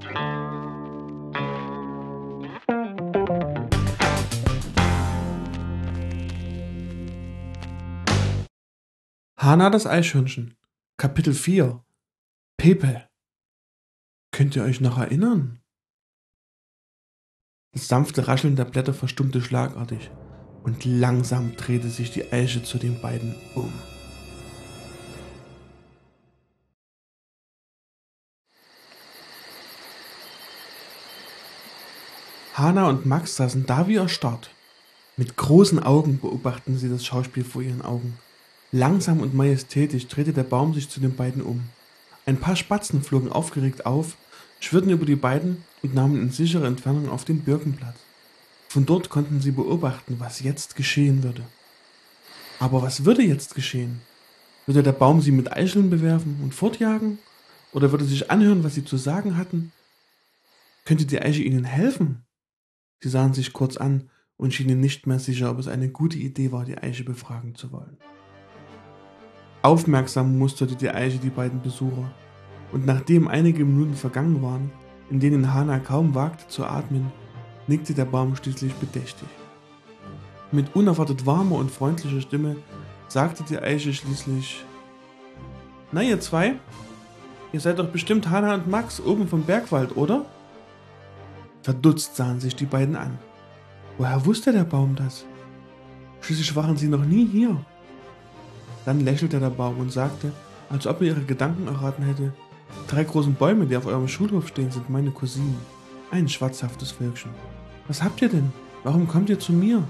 Hana das Eichhörnchen. Kapitel 4. Pepe. Könnt ihr euch noch erinnern? Das sanfte Rascheln der Blätter verstummte schlagartig und langsam drehte sich die Eiche zu den beiden um. Hana und Max saßen da wie erstarrt. Mit großen Augen beobachten sie das Schauspiel vor ihren Augen. Langsam und majestätisch drehte der Baum sich zu den beiden um. Ein paar Spatzen flogen aufgeregt auf, schwirrten über die beiden und nahmen in sichere Entfernung auf den Birkenplatz. Von dort konnten sie beobachten, was jetzt geschehen würde. Aber was würde jetzt geschehen? Würde der Baum sie mit Eicheln bewerfen und fortjagen? Oder würde sich anhören, was sie zu sagen hatten? Könnte die Eiche ihnen helfen? Sie sahen sich kurz an und schienen nicht mehr sicher, ob es eine gute Idee war, die Eiche befragen zu wollen. Aufmerksam musterte die Eiche die beiden Besucher, und nachdem einige Minuten vergangen waren, in denen Hana kaum wagte zu atmen, nickte der Baum schließlich bedächtig. Mit unerwartet warmer und freundlicher Stimme sagte die Eiche schließlich: Na ihr zwei, ihr seid doch bestimmt Hana und Max oben vom Bergwald, oder? Verdutzt sahen sich die beiden an. Woher wusste der Baum das? Schließlich waren sie noch nie hier. Dann lächelte der Baum und sagte, als ob er ihre Gedanken erraten hätte: 3 großen Bäume, die auf eurem Schulhof stehen, sind meine Cousinen. Ein schwatzhaftes Völkchen. Was habt ihr denn? Warum kommt ihr zu mir?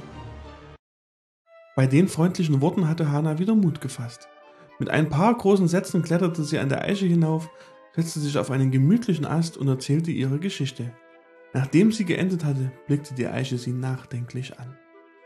Bei den freundlichen Worten hatte Hana wieder Mut gefasst. Mit ein paar großen Sätzen kletterte sie an der Eiche hinauf, setzte sich auf einen gemütlichen Ast und erzählte ihre Geschichte. Nachdem sie geendet hatte, blickte die Eiche sie nachdenklich an.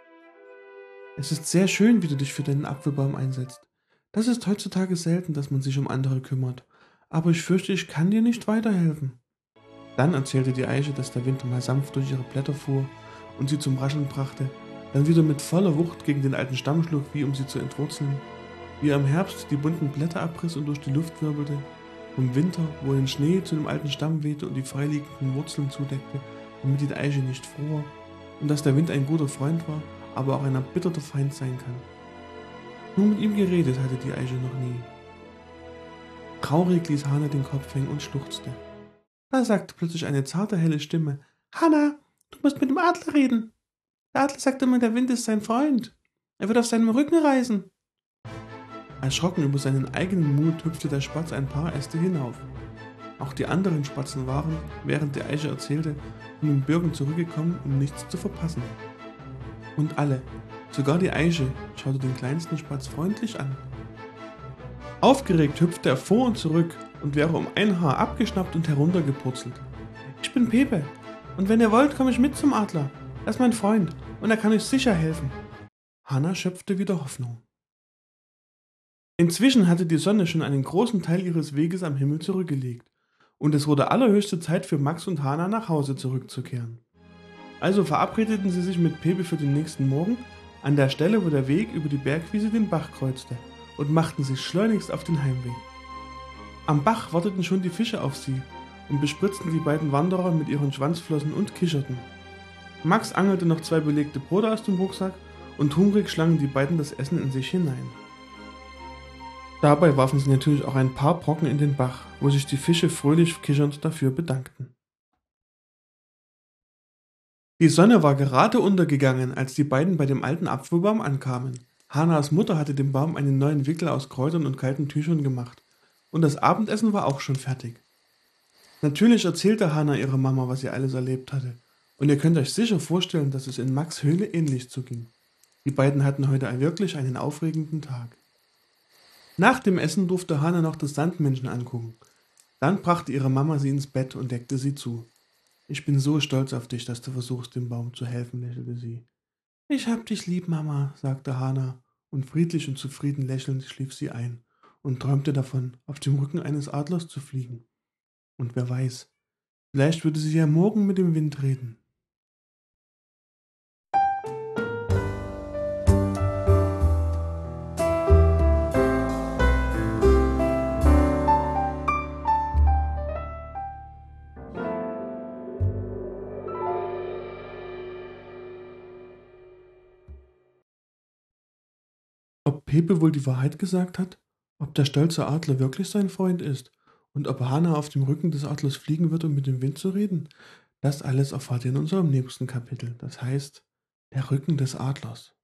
Es ist sehr schön, wie du dich für deinen Apfelbaum einsetzt. Das ist heutzutage selten, dass man sich um andere kümmert. Aber ich fürchte, ich kann dir nicht weiterhelfen. Dann erzählte die Eiche, dass der Wind mal sanft durch ihre Blätter fuhr und sie zum Rascheln brachte, dann wieder mit voller Wucht gegen den alten Stamm schlug, wie um sie zu entwurzeln, wie er im Herbst die bunten Blätter abriss und durch die Luft wirbelte, im Winter, wo den Schnee zu dem alten Stamm wehte und die freiliegenden Wurzeln zudeckte, damit die Eiche nicht fror, und dass der Wind ein guter Freund war, aber auch ein erbitterter Feind sein kann. Nur mit ihm geredet hatte die Eiche noch nie. Traurig ließ Hana den Kopf hängen und schluchzte. Da sagte plötzlich eine zarte, helle Stimme: Hana, du musst mit dem Adler reden. Der Adler sagt immer, der Wind ist sein Freund. Er wird auf seinem Rücken reisen. Erschrocken über seinen eigenen Mut hüpfte der Spatz ein paar Äste hinauf. Auch die anderen Spatzen waren, während die Eiche erzählte, von den Birken zurückgekommen, um nichts zu verpassen. Und alle, sogar die Eiche, schaute den kleinsten Spatz freundlich an. Aufgeregt hüpfte er vor und zurück und wäre um ein Haar abgeschnappt und heruntergepurzelt. Ich bin Pepe, und wenn ihr wollt, komme ich mit zum Adler. Er ist mein Freund, und er kann euch sicher helfen. Hana schöpfte wieder Hoffnung. Inzwischen hatte die Sonne schon einen großen Teil ihres Weges am Himmel zurückgelegt, und es wurde allerhöchste Zeit für Max und Hana nach Hause zurückzukehren. Also verabredeten sie sich mit Pepe für den nächsten Morgen an der Stelle, wo der Weg über die Bergwiese den Bach kreuzte, und machten sich schleunigst auf den Heimweg. Am Bach warteten schon die Fische auf sie und bespritzten die beiden Wanderer mit ihren Schwanzflossen und kicherten. Max angelte noch 2 belegte Brote aus dem Rucksack und hungrig schlangen die beiden das Essen in sich hinein. Dabei warfen sie natürlich auch ein paar Brocken in den Bach, wo sich die Fische fröhlich kichernd dafür bedankten. Die Sonne war gerade untergegangen, als die beiden bei dem alten Apfelbaum ankamen. Hanas Mutter hatte dem Baum einen neuen Wickel aus Kräutern und kalten Tüchern gemacht. Und das Abendessen war auch schon fertig. Natürlich erzählte Hana ihrer Mama, was sie alles erlebt hatte. Und ihr könnt euch sicher vorstellen, dass es in Max' Höhle ähnlich zuging. Die beiden hatten heute wirklich einen aufregenden Tag. Nach dem Essen durfte Hana noch das Sandmännchen angucken. Dann brachte ihre Mama sie ins Bett und deckte sie zu. Ich bin so stolz auf dich, dass du versuchst, dem Baum zu helfen, lächelte sie. Ich hab dich lieb, Mama, sagte Hana, und friedlich und zufrieden lächelnd schlief sie ein und träumte davon, auf dem Rücken eines Adlers zu fliegen. Und wer weiß, vielleicht würde sie ja morgen mit dem Wind reden. Ob Pepe wohl die Wahrheit gesagt hat, ob der stolze Adler wirklich sein Freund ist und ob Hana auf dem Rücken des Adlers fliegen wird, um mit dem Wind zu reden, das alles erfahrt ihr in unserem nächsten Kapitel. Das heißt, der Rücken des Adlers.